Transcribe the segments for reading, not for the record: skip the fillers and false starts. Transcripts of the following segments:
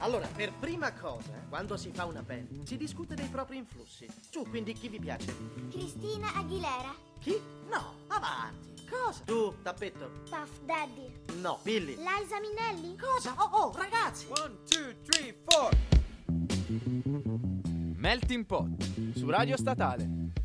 Allora, per prima cosa, quando si fa una band, si discute dei propri influssi. Su, quindi chi vi piace? Cristina Aguilera. Chi? No, avanti. Cosa? Tu, Tappetto. Puff Daddy. No, Billy. Liza Minnelli. Cosa? Oh, ragazzi. 1, 2, 3, 4. Melting Pot su Radio Statale.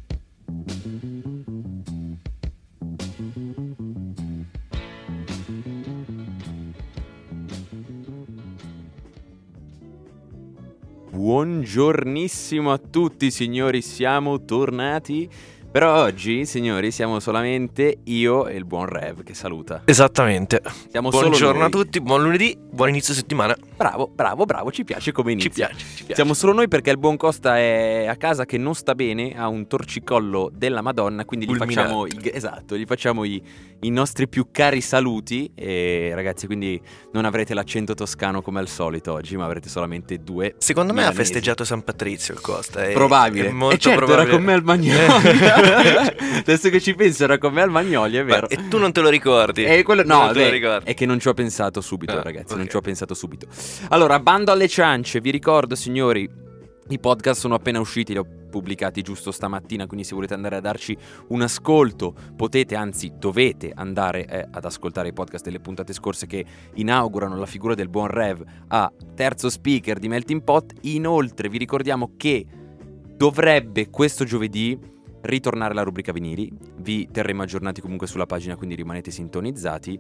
Buongiornissimo a tutti signori, siamo tornati. Però oggi, signori, siamo solamente io e il buon Rev che saluta. Esattamente. Siamo solo Buongiorno noi. a tutti, buon lunedì, buon inizio settimana. Bravo, ci piace come inizio. Ci piace. Siamo solo noi perché il buon Costa è a casa che non sta bene, ha un torcicollo della Madonna, quindi gli facciamo i nostri più cari saluti. E ragazzi, quindi non avrete l'accento toscano come al solito oggi, ma avrete solamente due. Secondo me ha milanesi. festeggiato San Patrizio il Costa. Probabile. È molto e certo, probabile. era con me al Magnolia. Adesso che ci penso, era con me al Magnolia, è vero. E tu non te lo ricordi? No, te lo ricordi. è che non ci ho pensato subito, ragazzi. ok. Non ci ho pensato subito. Allora, bando alle ciance. Vi ricordo, signori, i podcast sono appena usciti, li ho pubblicati giusto stamattina, quindi se volete andare a darci un ascolto potete, anzi dovete andare ad ascoltare i podcast delle puntate scorse che inaugurano la figura del buon Rev a terzo speaker di Melting Pot. Inoltre vi ricordiamo che dovrebbe questo giovedì ritornare la rubrica vinili. Vi terremo aggiornati comunque sulla pagina, quindi rimanete sintonizzati.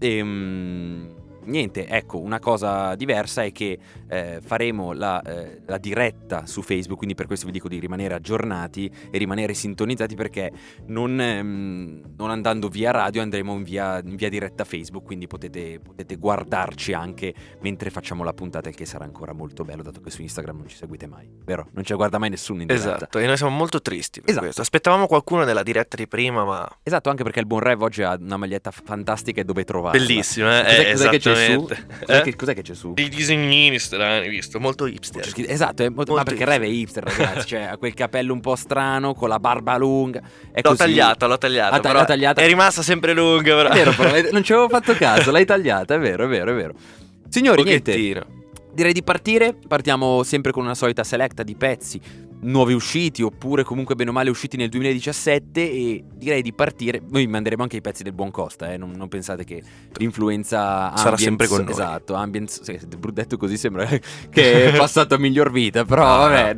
Niente, ecco, una cosa diversa è che faremo la diretta su Facebook, quindi per questo vi dico di rimanere aggiornati e rimanere sintonizzati, perché non andando via radio andremo in via diretta Facebook, quindi potete guardarci anche mentre facciamo la puntata, il che sarà ancora molto bello, dato che su Instagram non ci seguite mai, vero? Non ci guarda mai nessuno in diretta. Esatto, e noi siamo molto tristi per Esatto. questo. Aspettavamo qualcuno nella diretta di prima, ma... Esatto, anche perché il buon Rev oggi ha una maglietta fantastica e dove trovarla. Bellissima, Cos'è che c'è su? esattamente. Cos'è che c'è su? Dei disegnini strani, visto? Molto hipster. Esatto, ma Molto perché hipster. Rev è hipster, ragazzi. Cioè, ha quel capello un po' strano, con la barba lunga. È L'ho così. tagliata, L'ha tagliata. È rimasta sempre lunga, però. È vero, però non ci avevo fatto caso, l'hai tagliata, è vero. Signori, niente, Pochettino. direi di partire. Partiamo sempre con una solita selecta di pezzi nuovi usciti, oppure comunque bene o male usciti nel 2017, e direi di partire. Noi manderemo anche i pezzi del buon Costa, non pensate che l'influenza sarà Ambience, sempre con noi. esatto, Ambience, sì, detto così sembra che è passato a miglior vita, però vabbè,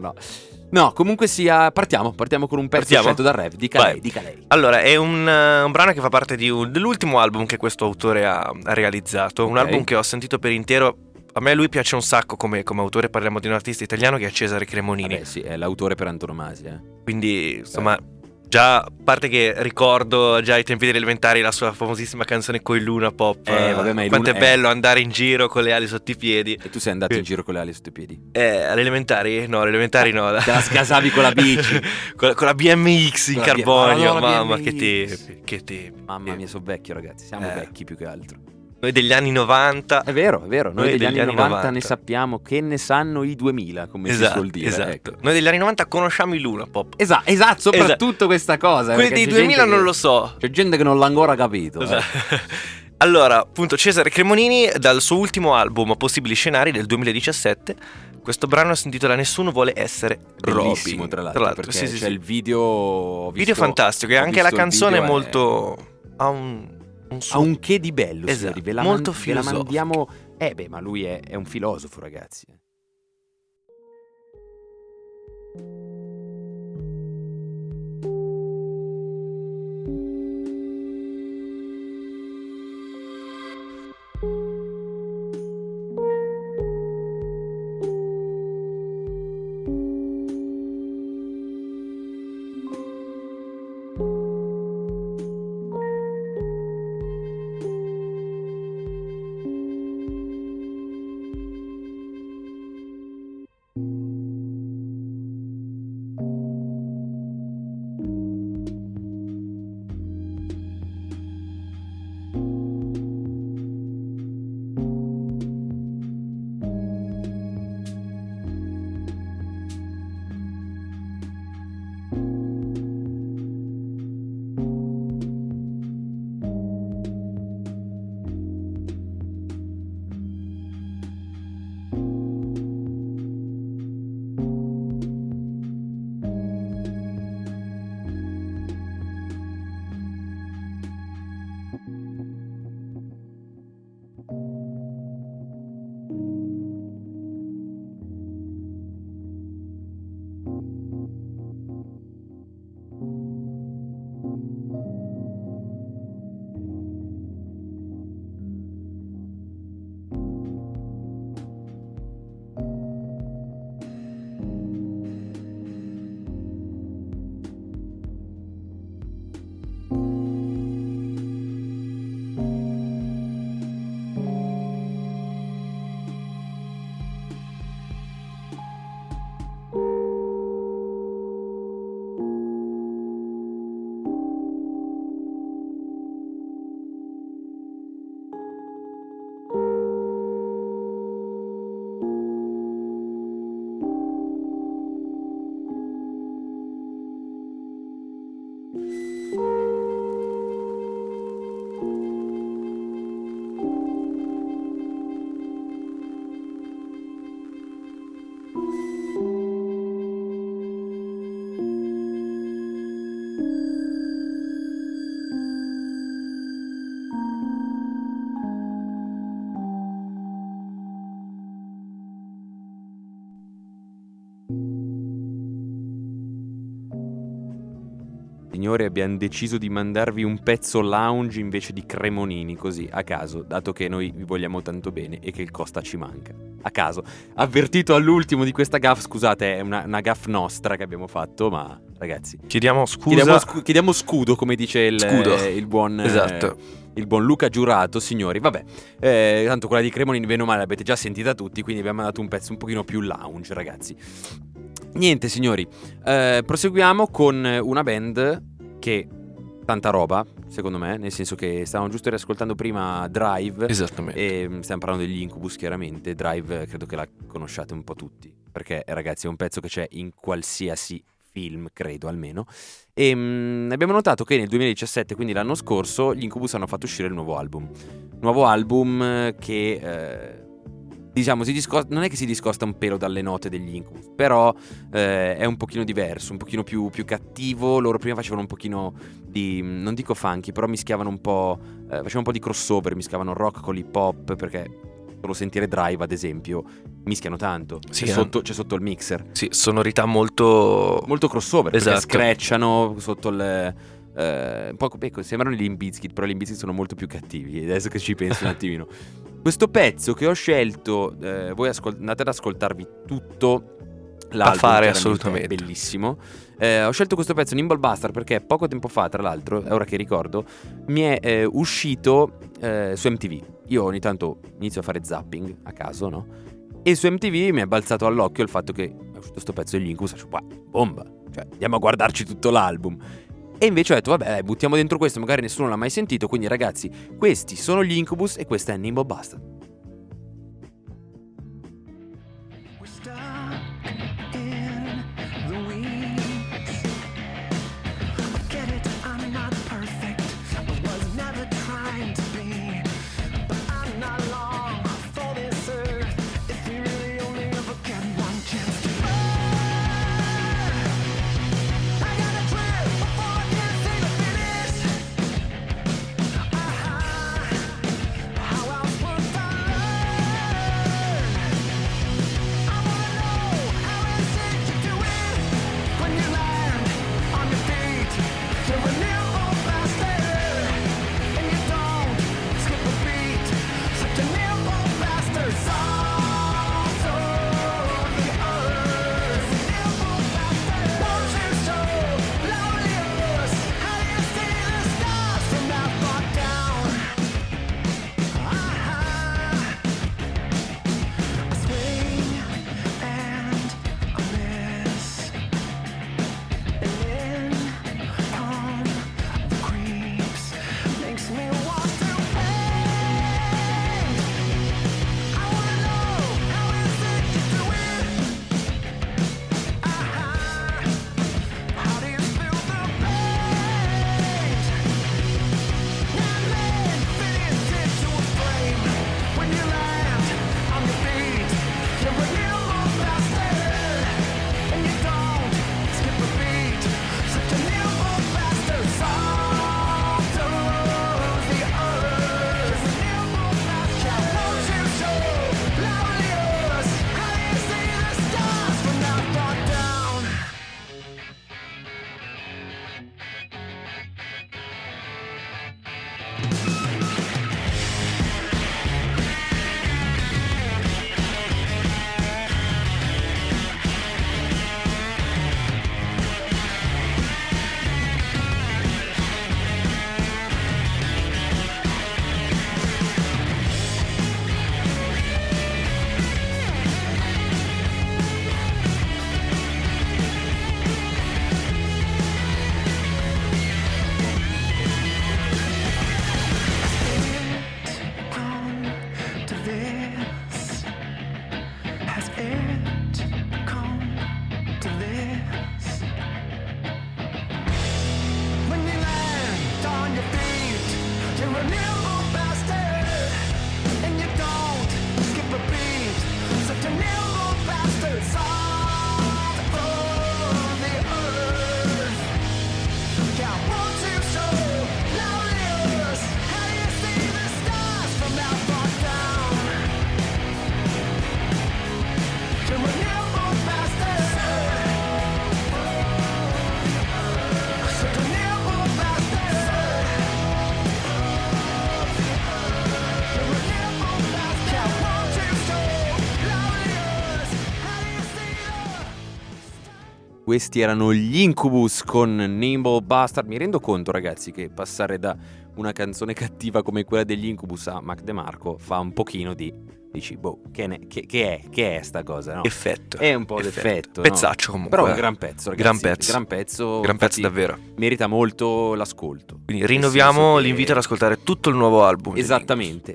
no, comunque sia, partiamo con un pezzo scelto da Rev, dica lei. Allora, è un brano che fa parte dell'ultimo album che questo autore ha realizzato. Un album che ho sentito per intero. A me lui piace un sacco come autore. Parliamo di un artista italiano che è Cesare Cremonini. Vabbè, sì, è l'autore per antonomasia. Quindi, insomma, già, a parte che ricordo già ai tempi delle elementari la sua famosissima canzone Coi Luna Pop. Vabbè, ma quanto è Luna bello andare in giro con le ali sotto i piedi. E tu sei andato in giro con le ali sotto i piedi? Alle elementari? No, alle elementari no. Te la scasavi con la bici. con la BMX in Con la carbonio. la Mamma, BMX. che tempi. Mamma mia, sono vecchio, ragazzi. Siamo vecchi più che altro. Noi degli anni 90. È vero. Noi degli anni 90 ne sappiamo che ne sanno i 2000, come si suol dire. Esatto. Ecco. Noi degli anni 90 conosciamo i Luna Pop. Esatto, soprattutto questa cosa. Quelli perché dei c'è 2000 gente non lo so. C'è gente che non l'ha ancora capito. Esatto. Allora, appunto, Cesare Cremonini, dal suo ultimo album Possibili Scenari del 2017, questo brano si intitola Nessuno vuole essere Bellissimo, Robin. tra l'altro, perché sì, c'è il video. Ho video fantastico, e ho anche visto la il canzone è video, molto... ha un ha un che di bello, esatto, signori. Ve la molto ve la filosofico. mandiamo. Ma lui è un filosofo, ragazzi. signori, abbiamo deciso di mandarvi un pezzo lounge invece di Cremonini, così, a caso, dato che noi vi vogliamo tanto bene e che il Costa ci manca. A caso. Avvertito all'ultimo di questa gaff, scusate, è una gaff nostra che abbiamo fatto, ma ragazzi... Chiediamo scusa. Chiediamo scudo, come dice il buon... Esatto. Il buon Luca Giurato, signori. Vabbè, tanto quella di Cremonini, bene o male, l'avete già sentita tutti, quindi abbiamo mandato un pezzo un pochino più lounge, ragazzi. Niente, signori, proseguiamo con una band che tanta roba, secondo me, nel senso che stavamo giusto riascoltando prima Drive. Esattamente. E stiamo parlando degli Incubus, chiaramente. Drive credo che la conosciate un po' tutti, perché ragazzi è un pezzo che c'è in qualsiasi film, credo almeno. E abbiamo notato che nel 2017, quindi l'anno scorso, gli Incubus hanno fatto uscire il nuovo album che diciamo non è che si discosta un pelo dalle note degli Incubus, però è un pochino diverso, un pochino più cattivo. Loro prima facevano un pochino di, non dico funky, però mischiavano un po', facevano un po' di crossover, mischiavano rock con l'hip hop, perché solo sentire Drive ad esempio mischiano tanto. Sì, c'è sotto il mixer. Sì, sonorità molto crossover, esatto. Perché scratchano sotto il un po', ecco, sembrano gli Limp Bizkit, però gli Limp Bizkit sono molto più cattivi, adesso che ci penso un attimino. Questo pezzo che ho scelto, voi andate ad ascoltarvi tutto l'album, a fare, è assolutamente bellissimo. Ho scelto questo pezzo, Nimble Bastard, perché poco tempo fa, tra l'altro, ora che ricordo, mi è uscito su MTV. Io ogni tanto inizio a fare zapping a caso, no? E su MTV mi è balzato all'occhio il fatto che è uscito questo pezzo degli Incubus, bomba, cioè andiamo a guardarci tutto l'album. E invece ho detto, vabbè, buttiamo dentro questo, magari nessuno l'ha mai sentito, quindi ragazzi, questi sono gli Incubus e questa è Nimble Bastard. Come on. questi erano gli Incubus con Nimble Bastard. Mi rendo conto, ragazzi, che passare da una canzone cattiva come quella degli Incubus a Mac DeMarco fa un pochino di... Dici, boh, che è sta cosa, no? Effetto. È un po' d'effetto, Pezzaccio, no? comunque. Però è un gran pezzo, ragazzi. Gran pezzo infatti, davvero. Merita molto l'ascolto. Quindi rinnoviamo l'invito ad ascoltare tutto il nuovo album. Esattamente.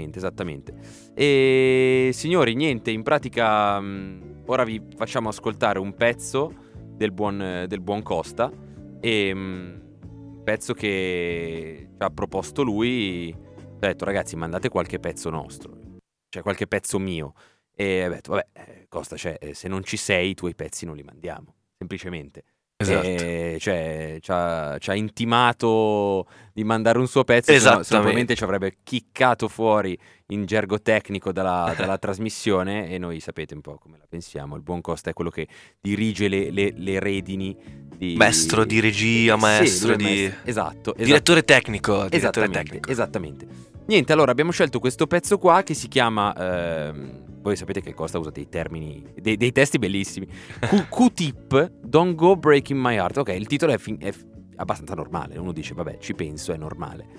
E signori, niente, in pratica ora vi facciamo ascoltare un pezzo del buon Costa, e un pezzo che ci ha proposto lui. Ha detto, ragazzi, mandate qualche pezzo nostro, cioè qualche pezzo mio. E ho detto, vabbè, Costa, cioè, se non ci sei, i tuoi pezzi non li mandiamo, semplicemente. Esatto. Cioè, ci ha intimato di mandare un suo pezzo, se no probabilmente ci avrebbe chiccato fuori in gergo tecnico dalla trasmissione, e noi sapete un po' come la pensiamo. Il buon Costa è quello che dirige le redini di... Maestro di regia, maestro di... Esatto. Direttore tecnico. Esattamente. Niente, allora abbiamo scelto questo pezzo qua che si chiama... voi sapete che Costa usa dei termini, dei testi bellissimi. Q-tip, Don't Go Breaking My Heart. Ok, il titolo è abbastanza normale. Uno dice, vabbè, ci penso, è normale.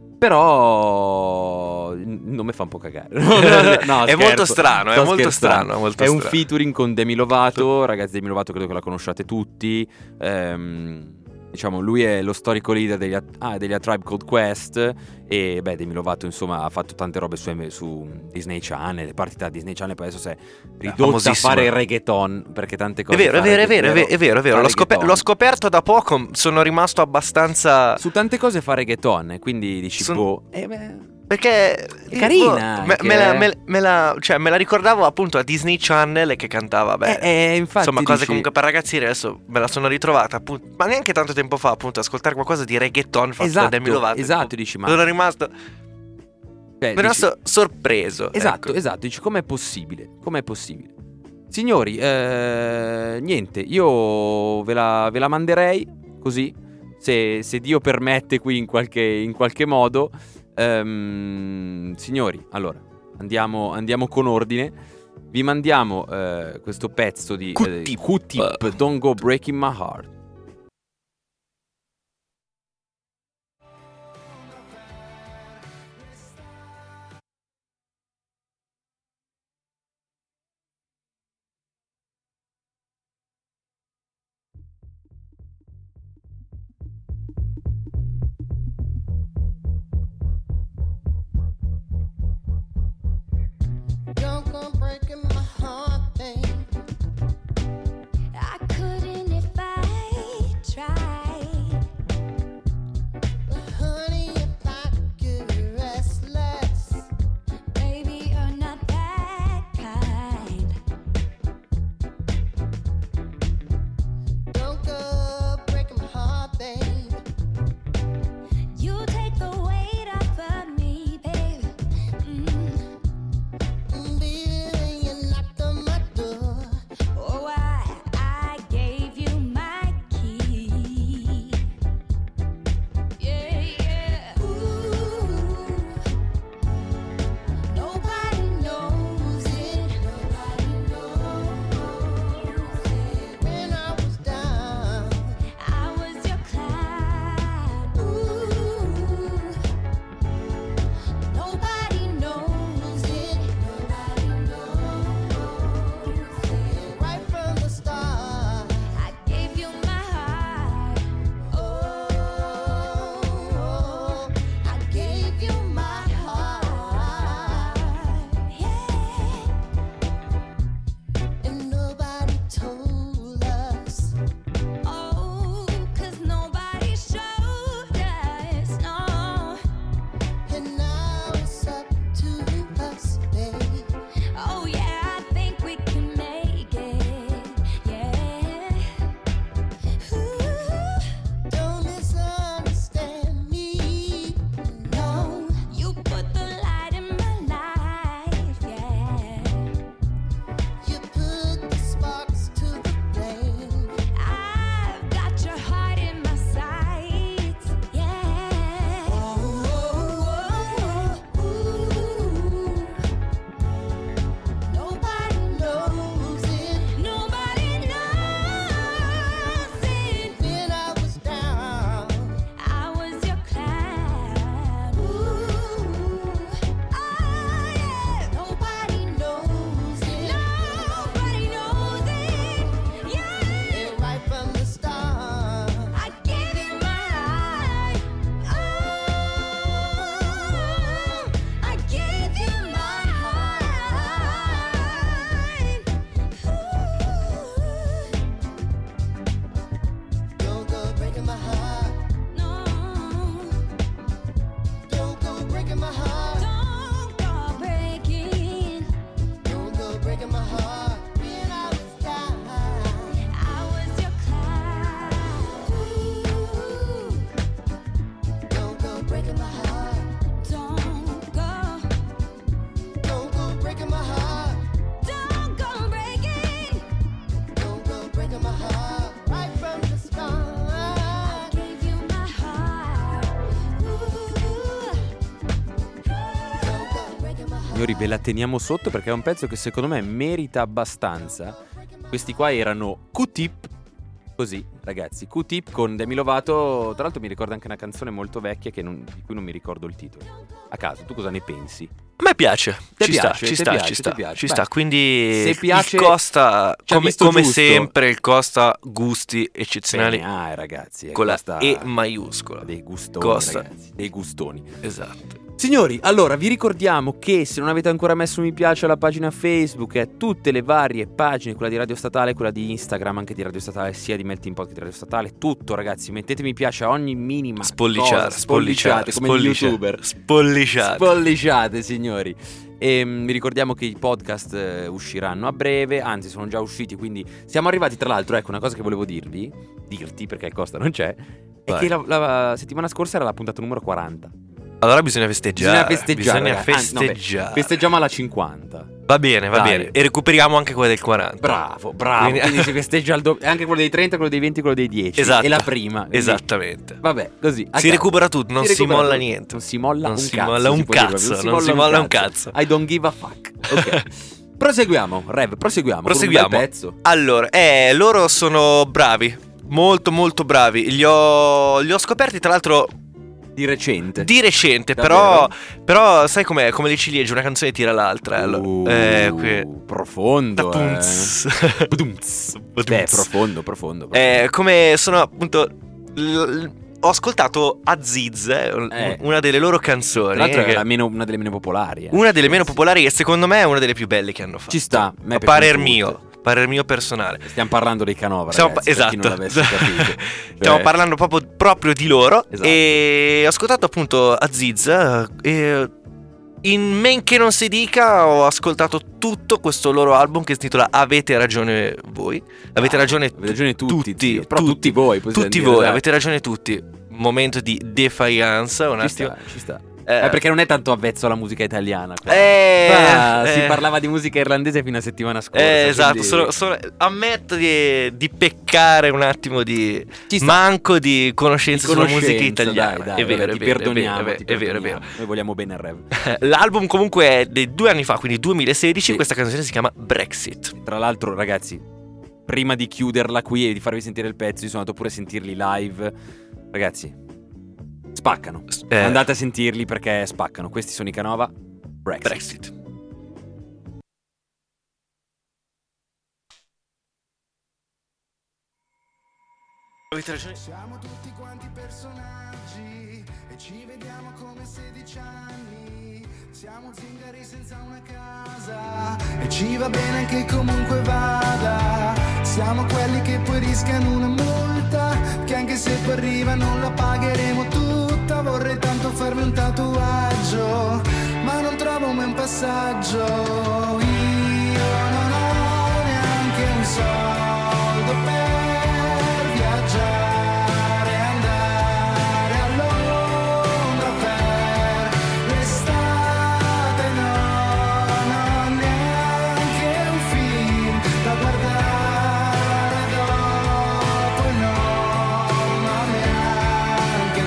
Però non mi fa un po' cagare. No, è molto strano, è molto strano. È un featuring con Demi Lovato. Ragazzi, Demi Lovato credo che la conosciate tutti. Diciamo, lui è lo storico leader degli A Tribe Called Quest. E Demi Lovato, insomma, ha fatto tante robe su Disney Channel, partita Disney Channel, poi adesso si è ridotta a fare il reggaeton, perché tante cose. È vero. L'ho scoperto da poco, sono rimasto abbastanza... Su tante cose fa reggaeton, quindi dici, perché è carina, me la ricordavo appunto a Disney Channel, che cantava infatti, insomma, cose dici... comunque per ragazzini. Adesso me la sono ritrovata, appunto, ma neanche tanto tempo fa, appunto, ascoltare qualcosa di reggaeton fatto da Demi Lovato. Esatto, dici, ma sono rimasto sorpreso. Esatto, ecco. Dici, com'è possibile? Signori, niente, io ve la manderei così, se Dio permette, qui in qualche modo. Signori, allora andiamo con ordine. Vi mandiamo questo pezzo di Q-tip, Don't Go Breaking My Heart. Don't go breaking my heart, babe. I couldn't if I tried. But honey, if I get restless, baby, you're not that kind. Don't go breaking my heart, babe. You take the weight off of me, babe. Baby, you're signori, ve la teniamo sotto perché è un pezzo che secondo me merita abbastanza. Questi qua erano Q-Tip. Così, ragazzi, Q-Tip con Demi Lovato. Tra l'altro mi ricorda anche una canzone molto vecchia di cui non mi ricordo il titolo. A caso, tu cosa ne pensi? A me piace, Ti ci piace, sta, ti ci piace. sta. Beh, Quindi se piace, il Costa, ci ha visto come giusto. sempre, il Costa gusti eccezionali ragazzi, con la questa- E maiuscola. dei gustoni, Costa. ragazzi, dei gustoni. Esatto. Signori, allora vi ricordiamo che se non avete ancora messo mi piace alla pagina Facebook e tutte le varie pagine, quella di Radio Statale, quella di Instagram, anche di Radio Statale, sia di Melting Pot che di Radio Statale, tutto, ragazzi, mettete mi piace a ogni minima Spolliciare, cosa, spolliciate come gli youtuber. Spolliciate. Spolliciate, signori. E vi ricordiamo che i podcast usciranno a breve, anzi sono già usciti, quindi siamo arrivati. Tra l'altro, ecco, una cosa che volevo dirti perché Costa non c'è, è Vai. che la settimana scorsa era la puntata numero 40. Allora bisogna festeggiare. Bisogna Bisogna festeggiare. festeggiare. Festeggiamo alla 50. Va bene, va Dai. bene. E recuperiamo anche quella del 40. Bravo. Quindi- Quindi si festeggia anche quello dei 30, quello dei 20, quello dei 10. Esatto. E la prima. Quindi- Esattamente. Vabbè, così. a Si caso. recupera tutto, non si recupera molla tutto. niente. Non si molla Non un si cazzo. molla un si può dire cazzo, proprio. non si molla un cazzo. I don't give a fuck. Ok. Proseguiamo, Rev, proseguiamo. Proseguiamo. Con un bel pezzo. Allora, loro sono bravi. Molto molto bravi. Li ho scoperti tra l'altro Di recente. di recente. Davvero? Però sai com'è? Come le ciliegie, una canzone tira l'altra. Allora. Profondo. Tapunz. Badumz. Beh, Badumz. profondo. Come sono appunto. Ho ascoltato Aziz, una delle loro canzoni. Tra l'altro che- è una delle meno popolari. una delle meno popolari e secondo me è una delle più belle che hanno fatto. Ci sta. me A piace parer mio personale. Stiamo parlando dei Canova, Stiamo ragazzi, per chi non esatto. l'avesse capito. Stiamo Cioè, parlando proprio di loro. Esatto. E ho ascoltato appunto Aziz. E in men che non si dica, ho ascoltato tutto questo loro album che si intitola Avete ragione voi. Avete ragione tutti, zio. Però tutti voi, possiamo tutti dire, voi, dai. avete ragione tutti. Momento di defiance, un attimo. Ci sta. Perché non è tanto avvezzo alla musica italiana. qua. Si parlava di musica irlandese fino a settimana scorsa. Esatto, quindi- ammetto di peccare un attimo di Ci sta. manco di conoscenza sulla musica italiana. Dai, è vero, ti è vero, perdoniamo, è vero. Noi vogliamo bene il Rev. L'album comunque è dei 2 anni fa, quindi 2016. Sì. Questa canzone si chiama Brexit. Tra l'altro, ragazzi, prima di chiuderla qui e di farvi sentire il pezzo, io sono andato pure a sentirli live. Ragazzi, spaccano. Andate a sentirli perché spaccano. Questi sono i Canova. Brexit. Avete ragione. Siamo tutti quanti personaggi e ci vediamo come 16 anni. Siamo zingari senza una casa e ci va bene anche comunque vada. Siamo quelli che poi rischiano una multa, che anche se poi arriva non la pagheremo tutta. Vorrei tanto farmi un tatuaggio, ma non trovo mai un passaggio. Io non ho neanche un soldo per viaggiare, andare a Londra per l'estate. Non ho neanche un film da guardare dopo, non ho neanche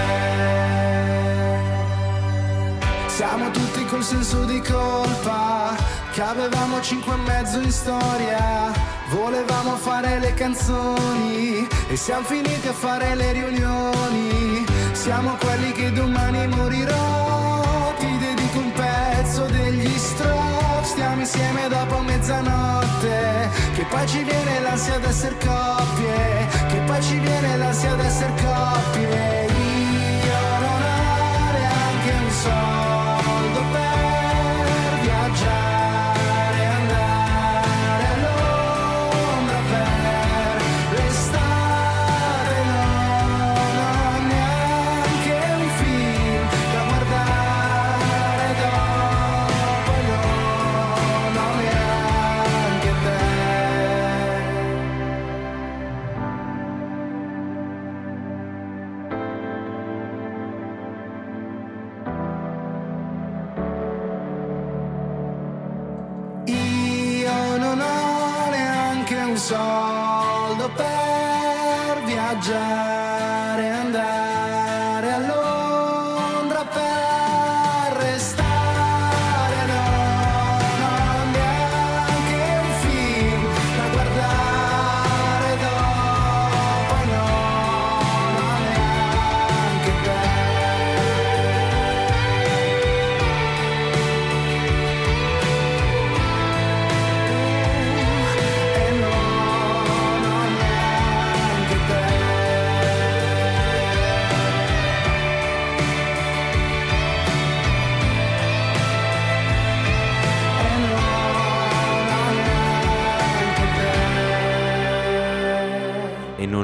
te. Siamo tutti col senso di colpa, che avevamo 5 e mezzo in storia. Volevamo fare le canzoni e siamo finiti a fare le riunioni. Siamo quelli che domani morirò. Ti dedico un pezzo degli Strokes. Stiamo insieme dopo mezzanotte, che poi ci viene l'ansia d'esser coppie, che poi ci viene l'ansia d'esser coppie. Io non ho neanche un soldo per viaggiare, andare a Londra per l'estate. Non ho neanche un film da guardare dopo, non ho neanche te. Io non ho neanche un soldo per viaggiare, andare a Londra per restare.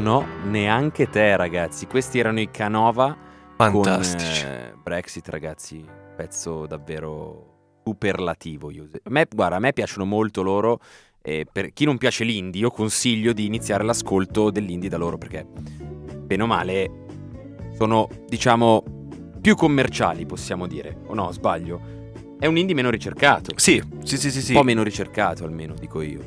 Non ho neanche te, ragazzi. Questi erano i Canova. Fantastici. Con Brexit, ragazzi. Pezzo davvero superlativo. A me piacciono molto loro. E per chi non piace l'indie, io consiglio di iniziare l'ascolto dell'indie da loro, perché bene o male sono, diciamo, più commerciali, possiamo dire. O no, sbaglio? È un indie meno ricercato. Sì. Un po' meno ricercato, almeno, dico io.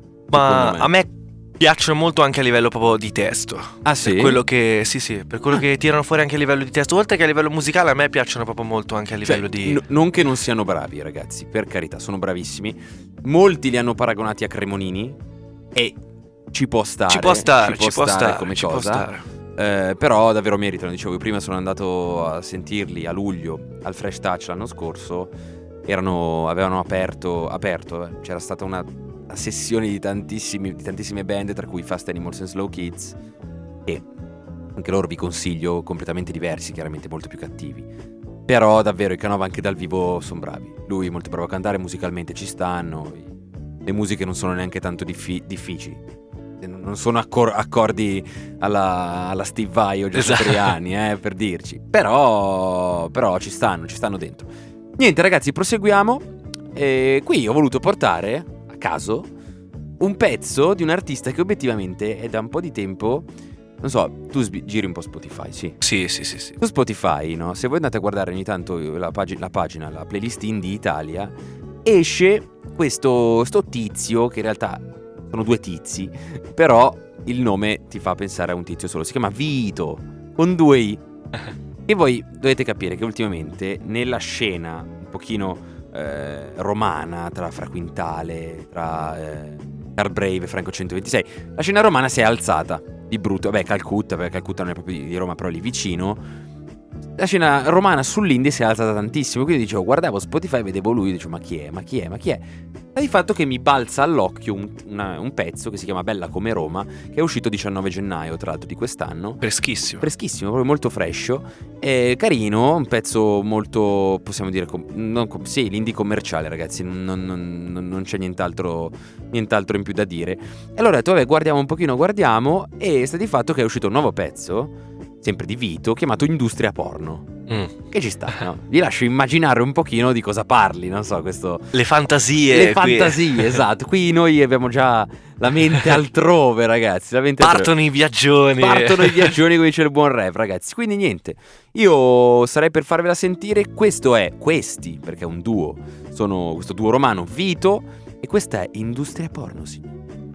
Ma me. a me piacciono molto anche a livello proprio di testo. Ah, sì? Per quello che per quello che tirano fuori anche a livello di testo, oltre che a livello musicale, a me piacciono proprio molto anche a livello di non che non siano bravi, ragazzi, per carità, sono bravissimi. Molti li hanno paragonati a Cremonini e ci può stare. Ci può stare come ci può cosa. stare. Però davvero meritano. Dicevo io prima, sono andato a sentirli a luglio al Fresh Touch l'anno scorso. Avevano aperto. C'era stata una sessione di tantissime band, tra cui Fast Animals and Slow Kids, e anche loro vi consiglio, completamente diversi, chiaramente molto più cattivi. Però davvero i Canova anche dal vivo sono bravi. Lui è molto bravo a cantare, musicalmente ci stanno. Le musiche non sono neanche tanto difficili. Non sono accordi alla Steve Vai o Giorgio Triani, per dirci. Però ci stanno dentro. Niente, ragazzi, proseguiamo. Qui ho voluto portare a caso un pezzo di un artista che obiettivamente è da un po' di tempo. Non so, tu giri un po' Spotify, sì? Sì. Su Spotify, no? Se voi andate a guardare ogni tanto la pagina, la playlist Indie Italia, esce questo tizio, che in realtà sono due tizi, però il nome ti fa pensare a un tizio solo. Si chiama Vito, con 2 I. E voi dovete capire che ultimamente nella scena un pochino romana, tra Fra Quintale, tra Car Brave e Franco 126, la scena romana si è alzata di brutto. Vabbè, Calcutta, perché Calcutta non è proprio di Roma, però lì vicino. La scena romana sull'indie si è alzata tantissimo. Quindi dicevo, guardavo Spotify, vedevo lui e dicevo, ma chi è? E di fatto che mi balza all'occhio un pezzo che si chiama Bella come Roma, che è uscito 19 gennaio tra l'altro di quest'anno. Freschissimo, proprio molto frescio, carino, un pezzo molto, possiamo dire, sì, l'indie commerciale, ragazzi, non c'è nient'altro in più da dire. E allora ho detto, vabbè, guardiamo, e sta di fatto che è uscito un nuovo pezzo, sempre di Vito, chiamato Industria Porno. Che ci sta, no? Vi lascio immaginare un pochino di cosa parli, non so, questo... Le fantasie, esatto. Qui noi abbiamo già la mente altrove, ragazzi. Partono i viaggioni, come dice il buon rap, ragazzi. Quindi niente, io sarei per farvela sentire. Questi, perché è un duo, sono questo duo romano, Vito, e questa è Industria Porno, signori.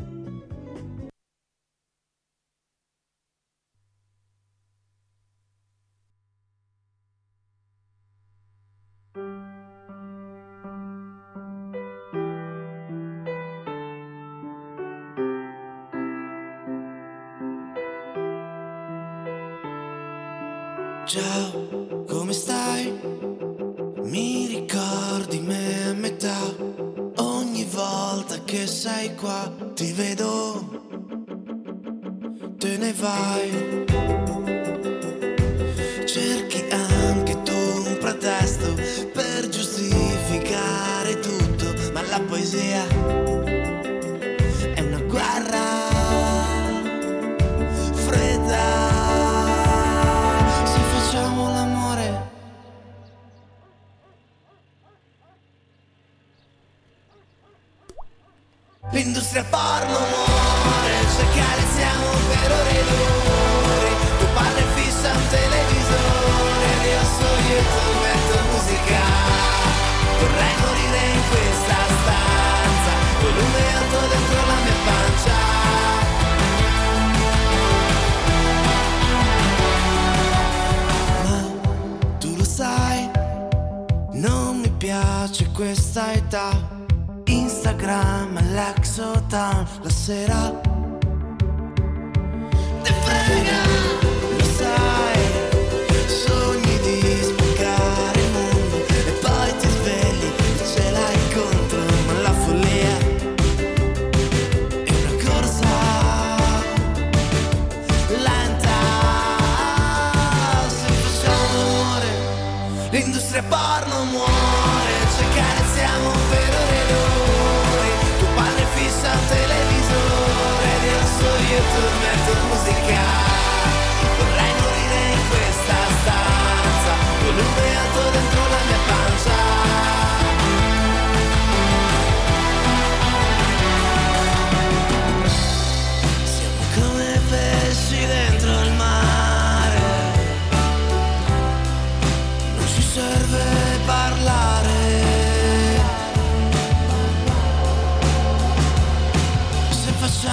Ciao, come stai? Mi ricordi me a metà? Ogni volta che sei qua ti vedo, te ne vai. Cerchi anche tu un pretesto per giustificare tutto, ma la poesia è una guerra fredda. L'industria porno muore, ci accarezziamo per ore ed ore. Tuo padre fissa un televisore ed io su YouTube metto musica. Vorrei morire in questa stanza, volume alto dentro la mia pancia. Ma tu lo sai, non mi piace questa età. Instagram, Lexotan, la sera te frega, lo sai, sogni di spaccare il mondo e poi ti svegli e ce l'hai contro, ma la follia è una corsa lenta. Se facciamo l'amore, l'industria porno muore, ci accarezziamo per ore ed ore. Televisore ed io su YouTube metto musica.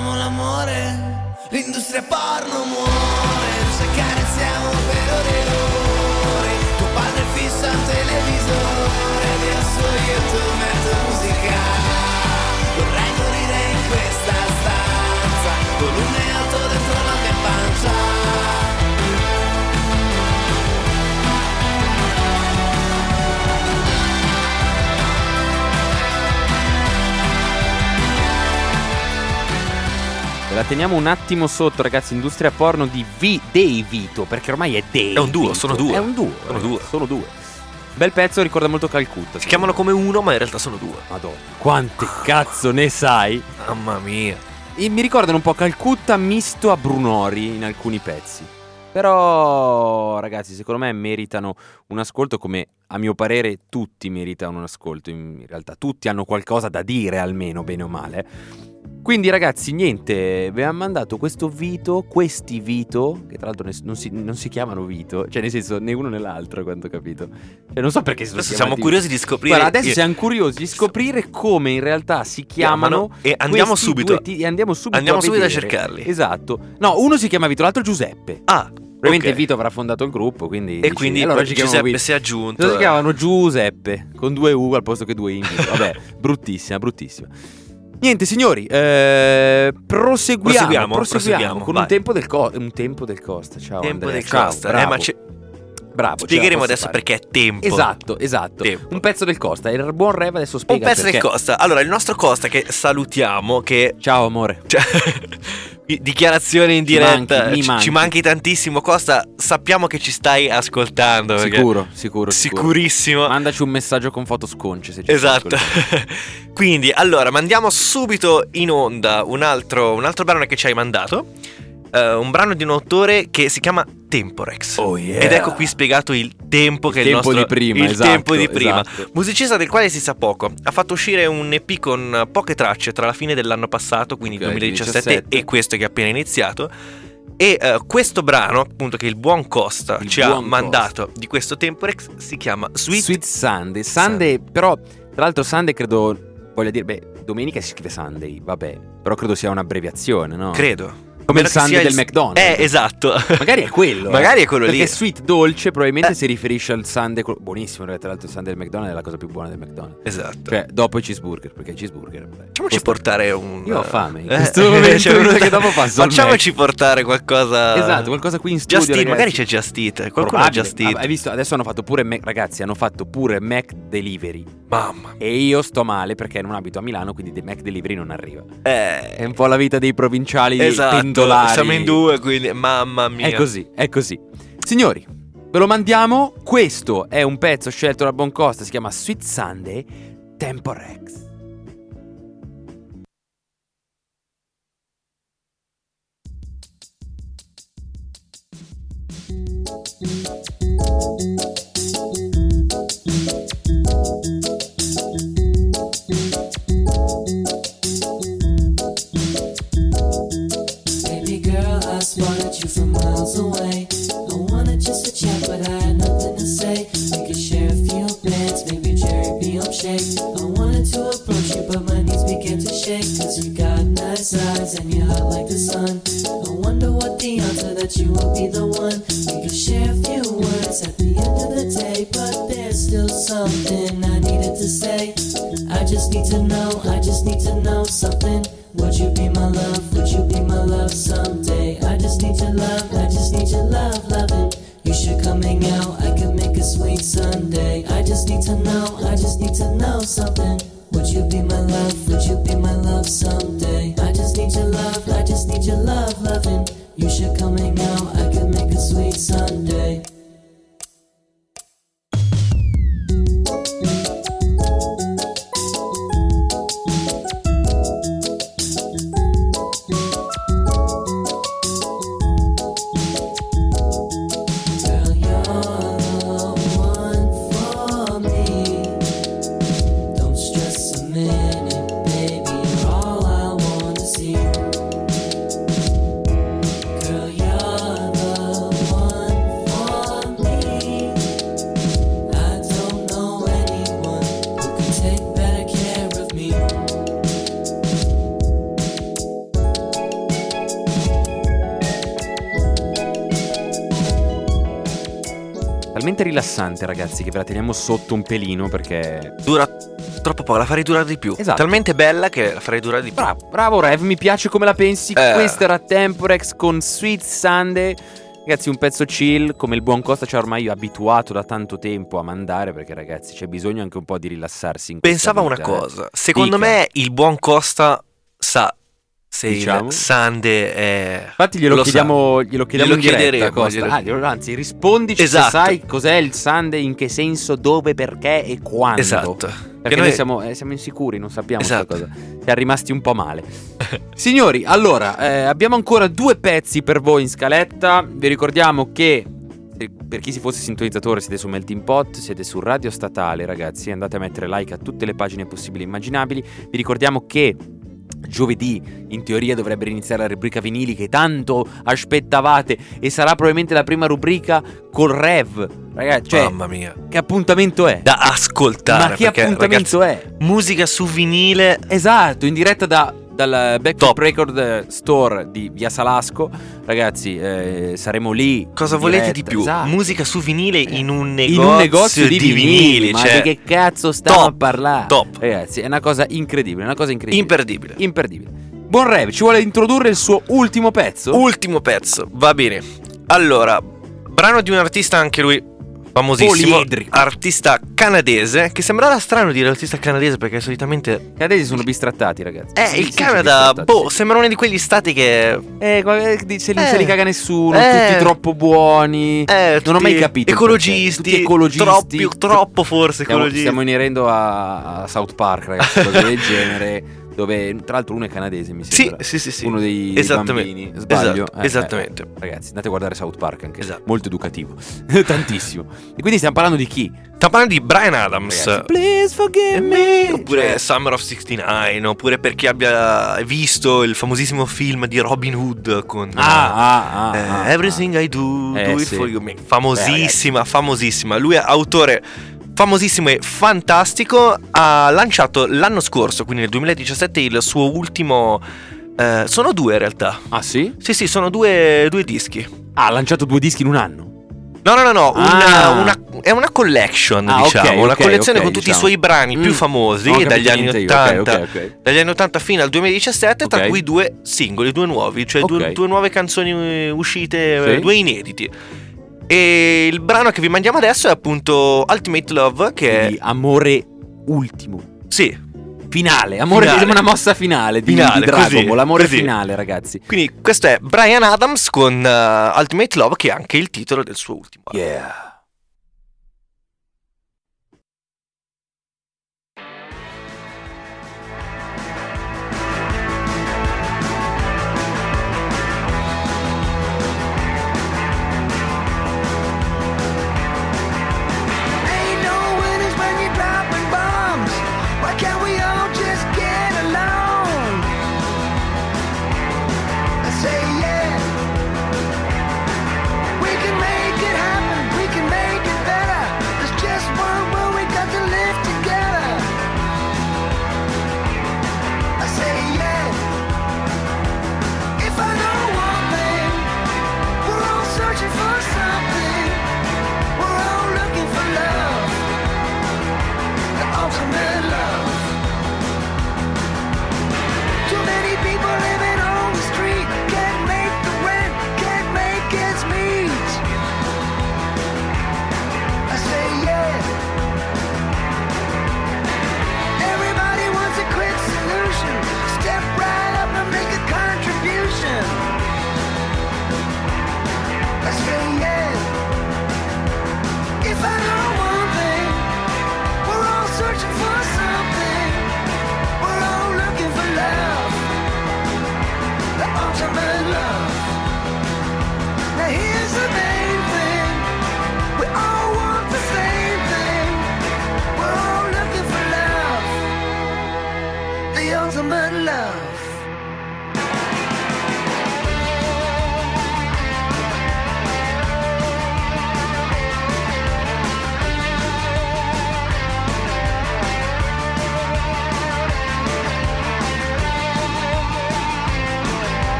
facciamo l'amore, l'industria porno muore, ci accarezziamo per ore e ore, tuo padre fissa al televisore, adesso io tu mezzo musica, vorrei morire in questa stanza, volume alto dentro la mia pancia. La teniamo un attimo sotto, ragazzi. Industria porno dei Vito, perché ormai è dei. È un duo, Vito. sono due. È un duo. Sono due. Sono due. Bel pezzo, ricorda molto Calcutta. Si chiamano come uno, ma in realtà sono due. Madonna, quante cazzo ne sai? Mamma mia. E mi ricordano un po' Calcutta misto a Brunori in alcuni pezzi. Però, ragazzi, secondo me meritano un ascolto, come a mio parere tutti meritano un ascolto. In realtà tutti hanno qualcosa da dire, almeno, bene o male. Quindi, ragazzi, niente, abbiamo mandato questi Vito, che tra l'altro non si chiamano Vito, cioè nel senso né uno né l'altro, quanto ho capito. Cioè non so perché si sono Adesso chiamati. siamo curiosi di scoprire. Guarda, adesso siamo curiosi di scoprire come in realtà si chiamano. E andiamo questi subito. Andiamo subito Andiamo a subito a vedere. cercarli. Esatto. No, uno si chiama Vito, l'altro Giuseppe. Ah, Probabilmente ok. Vito avrà fondato il gruppo, quindi E quindi allora poi ci chiamano Giuseppe Vito. si è aggiunto. Cosa si chiamano Giuseppe con 2 U al posto che 2 I. Vabbè, bruttissima. Niente, signori, proseguiamo con vai. un tempo del Costa. Ciao, Tempo Andrea. del Ciao, Costa. bravo. Ma Bravo, spiegheremo ce la adesso posso fare. perché è tempo. Esatto. Tempo. Un pezzo del Costa. Il buon Rev adesso Un spiega pezzo perché. del Costa. Allora, il nostro Costa, che salutiamo, che Ciao amore. cioè, dichiarazione in diretta. mi manchi. Ci manchi tantissimo, Costa. Sappiamo che ci stai ascoltando. perché- Sicuro. Sicurissimo. Mandaci un messaggio con foto sconce se ci Esatto. stai Quindi, allora, mandiamo subito in onda un altro brano che ci hai mandato. Un brano di un autore che si chiama Temporex. Oh, yeah. Ed ecco qui spiegato il tempo che è il tempo nostro di prima, il esatto, tempo di prima. esatto. Musicista del quale si sa poco. Ha fatto uscire un EP con poche tracce tra la fine dell'anno passato, quindi Ok, 2017, 2017. e questo che è appena iniziato. E questo brano, appunto, che il buon Costa Il ci ha buon mandato di questo Temporex, si chiama Sweet Sunday. Però, tra l'altro, Sunday credo voglia dire, domenica si scrive Sunday, vabbè. Però credo sia un'abbreviazione, no? Credo. Come il Spero che Sunday sia del McDonald's. Esatto. Magari è quello. Magari è quello lì. Perché sweet, dolce, probabilmente si riferisce al Sunday. Buonissimo, tra l'altro il Sunday del McDonald's è la cosa più buona del McDonald's. Esatto. Cioè, dopo i cheeseburger, perché i cheeseburger. Vabbè, Facciamoci portare un. Io ho fame. In questo momento, cioè, che dopo passo al facciamoci Mac. portare qualcosa. Esatto, qualcosa qui in studio. Just Eat, ragazzi. magari c'è Just Eat. Qualcuno ha Probabile. Just Eat. Hai visto? Adesso hanno fatto pure ragazzi, hanno fatto pure Mac Delivery. Mamma. E io sto male perché non abito a Milano, quindi The Mac Delivery non arriva. È È un po' la vita dei provinciali esatto. pendolari. Siamo in due, quindi mamma mia. È così. Signori, ve lo mandiamo. Questo è un pezzo scelto da Buon Costa, si chiama Sweet Sunday, Temporex. Baby girl, I spotted you from miles away. I wanted just to chat, but I had nothing to say. We could share a few plans, maybe cherry milkshake. I wanted to approach you, but my knees began to shake. Cause you got nice eyes and you're hot like the sun. I wonder what the answer that you will be the one. We could share a few words at the end of the day, but there's still something I needed to say. I just need to know something. Would you be my love? Would you be my love someday? I just need your love, loving. You should come hang out, I can make a sweet Sunday. I just need to know something. Would you be my love? Would you be my love someday? I just need your love, loving. You should come hang out, I can make a sweet Sunday. veramente rilassante, ragazzi, che ve la teniamo sotto un pelino perché Dura troppo poco, la farei durare di più. Esatto. Talmente bella che la farei durare di più. bravo Rev, mi piace come la pensi. Questo era Temporex con Sweet Sunday. Ragazzi, un pezzo chill, come il buon Costa ci ha ormai abituato da tanto tempo a mandare, perché ragazzi c'è bisogno anche un po' di rilassarsi in questa Pensavo una vita, cosa, secondo Dica. me il buon Costa sa se Diciamo. il Sunday è... Infatti glielo lo chiediamo sa. in diretta, chiederemo, Costa. Anzi, rispondici Esatto. se sai cos'è il Sunday, in che senso, dove, perché e quando. Esatto. Perché Che noi noi- siamo insicuri, non sappiamo Esatto. questa cosa. Siamo rimasti un po' male. Signori, allora, abbiamo ancora 2 pezzi per voi in scaletta. Vi ricordiamo che, per chi si fosse sintonizzatore, siete su Melting Pot, siete su Radio Statale, ragazzi. Andate a mettere like a tutte le pagine possibili e immaginabili. Vi ricordiamo che giovedì, in teoria, dovrebbe iniziare la rubrica vinili che tanto aspettavate, e sarà probabilmente la prima rubrica col Rev. Ragazzi, cioè, Mamma mia. che appuntamento è? Da ascoltare. Ma che perché, appuntamento ragazzi, è? musica su vinile. Esatto, in diretta dal Backflip Top. Record Store di Via Salasco. Ragazzi, saremo lì. Cosa in volete diretta, di più? esatto. Musica su vinile in un In negozio, un di vinili. Ma cioè, di che cazzo stiamo top, a parlare? top. Ragazzi, è una cosa incredibile, imperdibile. Imperdibile. Buon Rev, ci vuole introdurre il suo ultimo pezzo? Ultimo pezzo, va bene. Allora, brano di un artista anche lui famosissimo, Poliedrico. artista canadese, che sembrava strano dire artista canadese perché solitamente I canadesi sono bistrattati, ragazzi. Sì, il sì, Canada, sì, bistrattati, boh, sì. sembra uno di quegli stati che Non se li caga nessuno, Eh. tutti troppo buoni. Non ho tutti mai capito il ecologisti, perché. Tutti ecologisti. troppo forse ecologisti. Stiamo inerendo a South Park, ragazzi, cose del genere. Dove tra l'altro uno è canadese, mi Sì, sembra. sì. Uno dei Esattamente. bambini. Sbaglio? Esatto, esattamente. Ragazzi, andate a guardare South Park anche. Esatto. Molto educativo. Tantissimo. E quindi stiamo parlando di chi? Stiamo parlando di Bryan Adams. Ragazzi, please forgive me. Oppure Cioè, Summer of 69, oppure per chi abbia visto il famosissimo film di Robin Hood con Everything I Do, Do It sì. For You. Famosissima. Lui è autore famosissimo e fantastico. Ha lanciato l'anno scorso, quindi nel 2017, il suo ultimo... sono 2 in realtà. Ah, sì? Sì, sono due dischi. Ha lanciato 2 dischi in un anno. No, Ah. è una collection, Ah, diciamo, ok, una ok, collezione ok, con tutti diciamo. i suoi brani più famosi Non ho dagli capito anni niente io, 80, ok. dagli anni 80 fino al 2017, Ok. tra cui 2 singoli, 2 nuovi, cioè Ok. due nuove canzoni uscite, Sì. 2 inediti. E il brano che vi mandiamo adesso è appunto Ultimate Love, che Quindi, amore ultimo. sì, Finale, amore, Finale. una mossa finale di Finale, Dragon così, Ball, amore così. finale, ragazzi. quindi questo è Bryan Adams con Ultimate Love, che è anche il titolo del suo ultimo album. Yeah. Ain't no winners when you're dropping bombs. Why can't we all just get along? I say yeah. We can make it happen. We can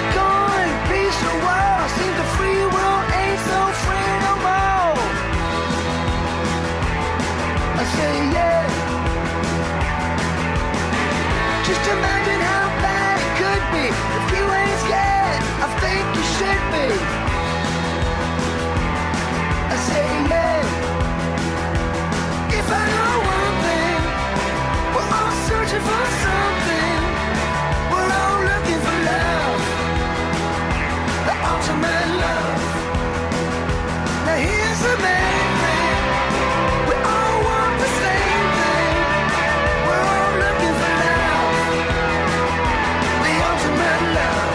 going, peace the world. Seems the free world ain't so free no more. I say yeah. Just imagine how bad it could be. If you ain't scared, I think you should be. I say yeah. If I know one thing, we're all searching for something. We're all looking for love, the ultimate love. Now here's the main thing, we all want the same thing. We're all looking for love, the ultimate love.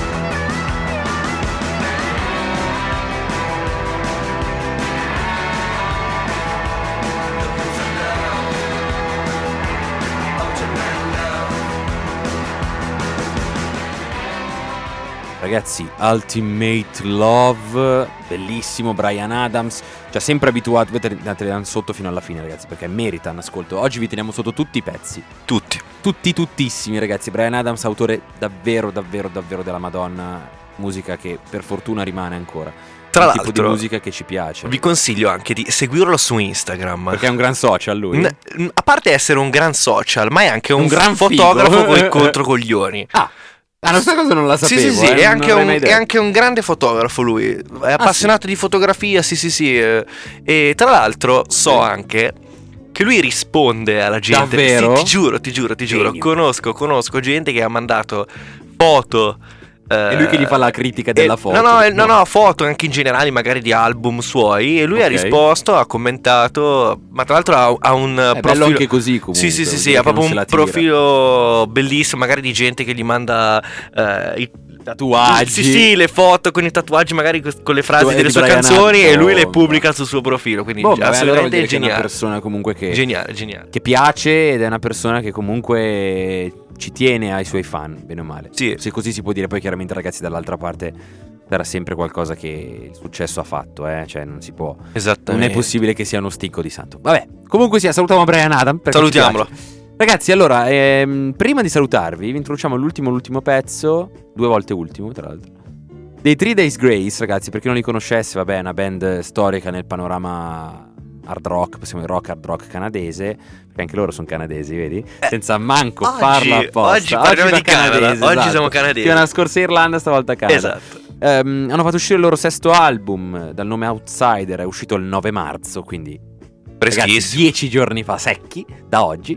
Looking for love, ultimate love. Ragazzi, Ultimate Love, bellissimo, Bryan Adams. Ci ha sempre abituato, vedete, teniamo sotto fino alla fine, ragazzi, perché merita un ascolto. Oggi vi teniamo sotto tutti i pezzi. Tuttissimi, ragazzi. Bryan Adams, autore davvero della Madonna. Musica che per fortuna rimane ancora. Tra Un tipo l'altro, di musica che ci piace. vi consiglio anche di seguirlo su Instagram. Perché è un gran social lui. A parte essere un gran social, ma è anche un gran fotografo figo. coi controcoglioni. Questa cosa non la sapevo. Sì, non è anche l'avrei mai detto. è anche un grande fotografo lui. È appassionato di fotografia, sì. E tra l'altro so anche che lui risponde alla gente. Davvero? Sì, ti giuro. Genio. Conosco gente che ha mandato foto. È lui che gli fa la critica della foto. No, foto anche in generale, magari di album suoi. E lui Ok. ha risposto, ha commentato. Ma tra l'altro ha un È profilo. bello anche così comunque. Sì, vuol dire ha che proprio non se la un tira. profilo bellissimo, magari di gente che gli manda i Tatuaggi. Sì, le foto con i tatuaggi, magari con le frasi Di delle sue Bryan canzoni, Adams. e lui le pubblica sul suo profilo. Quindi Boh, allora vuol assolutamente dire che è una geniale. persona comunque che Geniale. che piace, ed è una persona che comunque ci tiene ai suoi fan, bene o male. Sì. Se così si può dire. Poi chiaramente, ragazzi, dall'altra parte sarà sempre qualcosa che il successo ha fatto, cioè non si può. Non Esattamente. è possibile che sia uno sticco di santo. Vabbè, comunque sia, salutiamo Bryan Adams. perché ci Salutiamolo. piace. Ragazzi, allora, prima di salutarvi, vi introduciamo l'ultimo pezzo, 2 volte ultimo, tra l'altro, dei 3 Days Grace, ragazzi. Per chi non li conoscesse, vabbè, è una band storica nel panorama hard rock, possiamo dire hard rock canadese, perché anche loro sono canadesi, vedi? Senza manco oggi- farlo apposta. oggi parliamo va di Canada, canadese, oggi esatto. siamo canadesi. Settimana scorsa Irlanda, stavolta Canada. Esatto. Hanno fatto uscire il loro 6º album dal nome Outsider, è uscito il 9 marzo, quindi ragazzi, Freschissimo. 10 giorni fa, secchi, da oggi.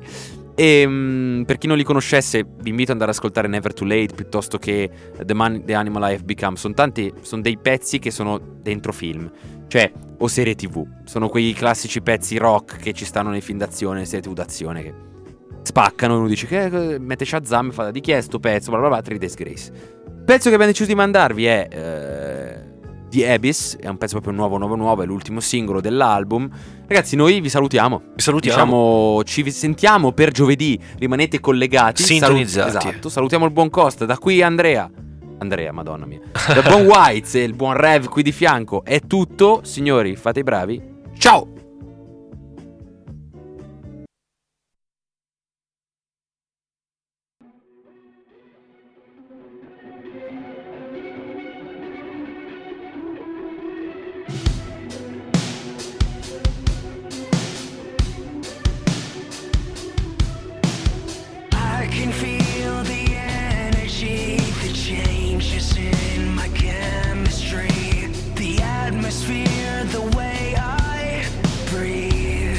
E per chi non li conoscesse, vi invito ad andare ad ascoltare Never Too Late piuttosto che The Animal I Have Become. Sono dei pezzi che sono dentro film, cioè, o serie TV. Sono quei classici pezzi rock che ci stanno nei film d'azione, serie TV d'azione, che spaccano. Uno dice che mette Shazam e fa di chi è sto pezzo, bla bla bla, 3 Days Grace. Il pezzo che abbiamo deciso di mandarvi è The Abyss, è un pezzo proprio nuovo, è l'ultimo singolo dell'album. Ragazzi, noi vi salutiamo. Diciamo, ci sentiamo per giovedì. Rimanete collegati, Sintonizzati. esatto. Salutiamo il buon Costa. Da qui Andrea, madonna mia. Dal buon Whites e il buon Rev qui di fianco. È tutto, signori, fate i bravi. Ciao! I can feel the energy, the changes in my chemistry, the atmosphere, the way I breathe.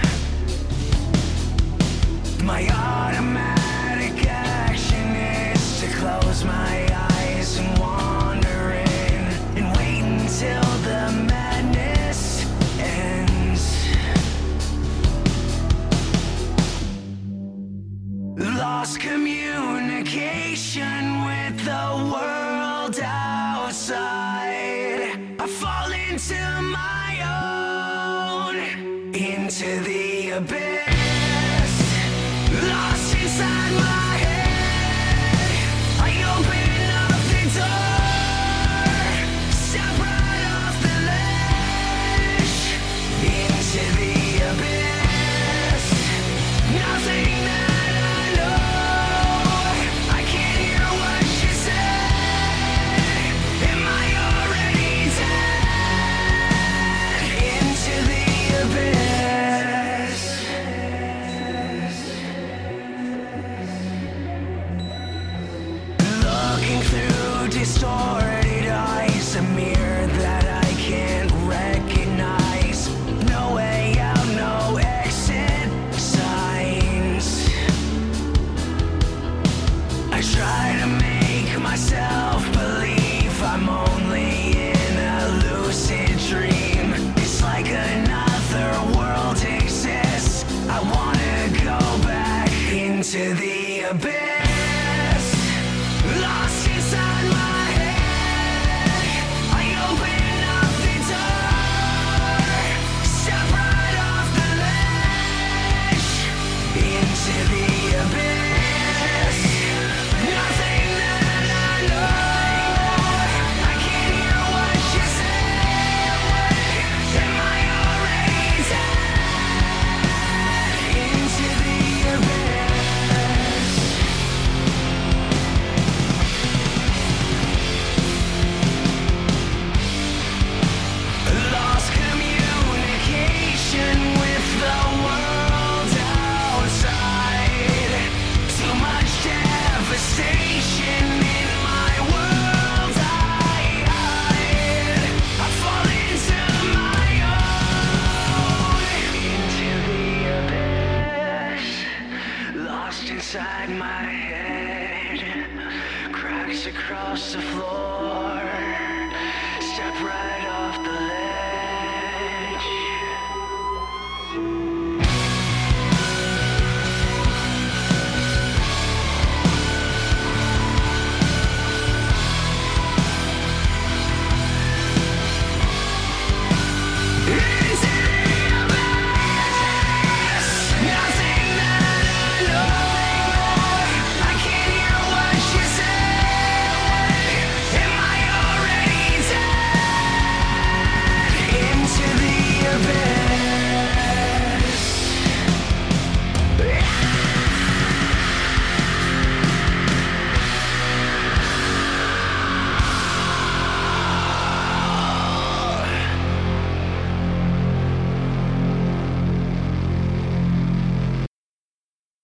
My automatic action is to close my eyes and wander in and wait until the madness ends. Lost communication with the world outside. I fall into my own, into the abyss. Lost inside my head, I open up the door, step right off the ledge, into the abyss. Nothing that I know, I can't hear what you say. bene.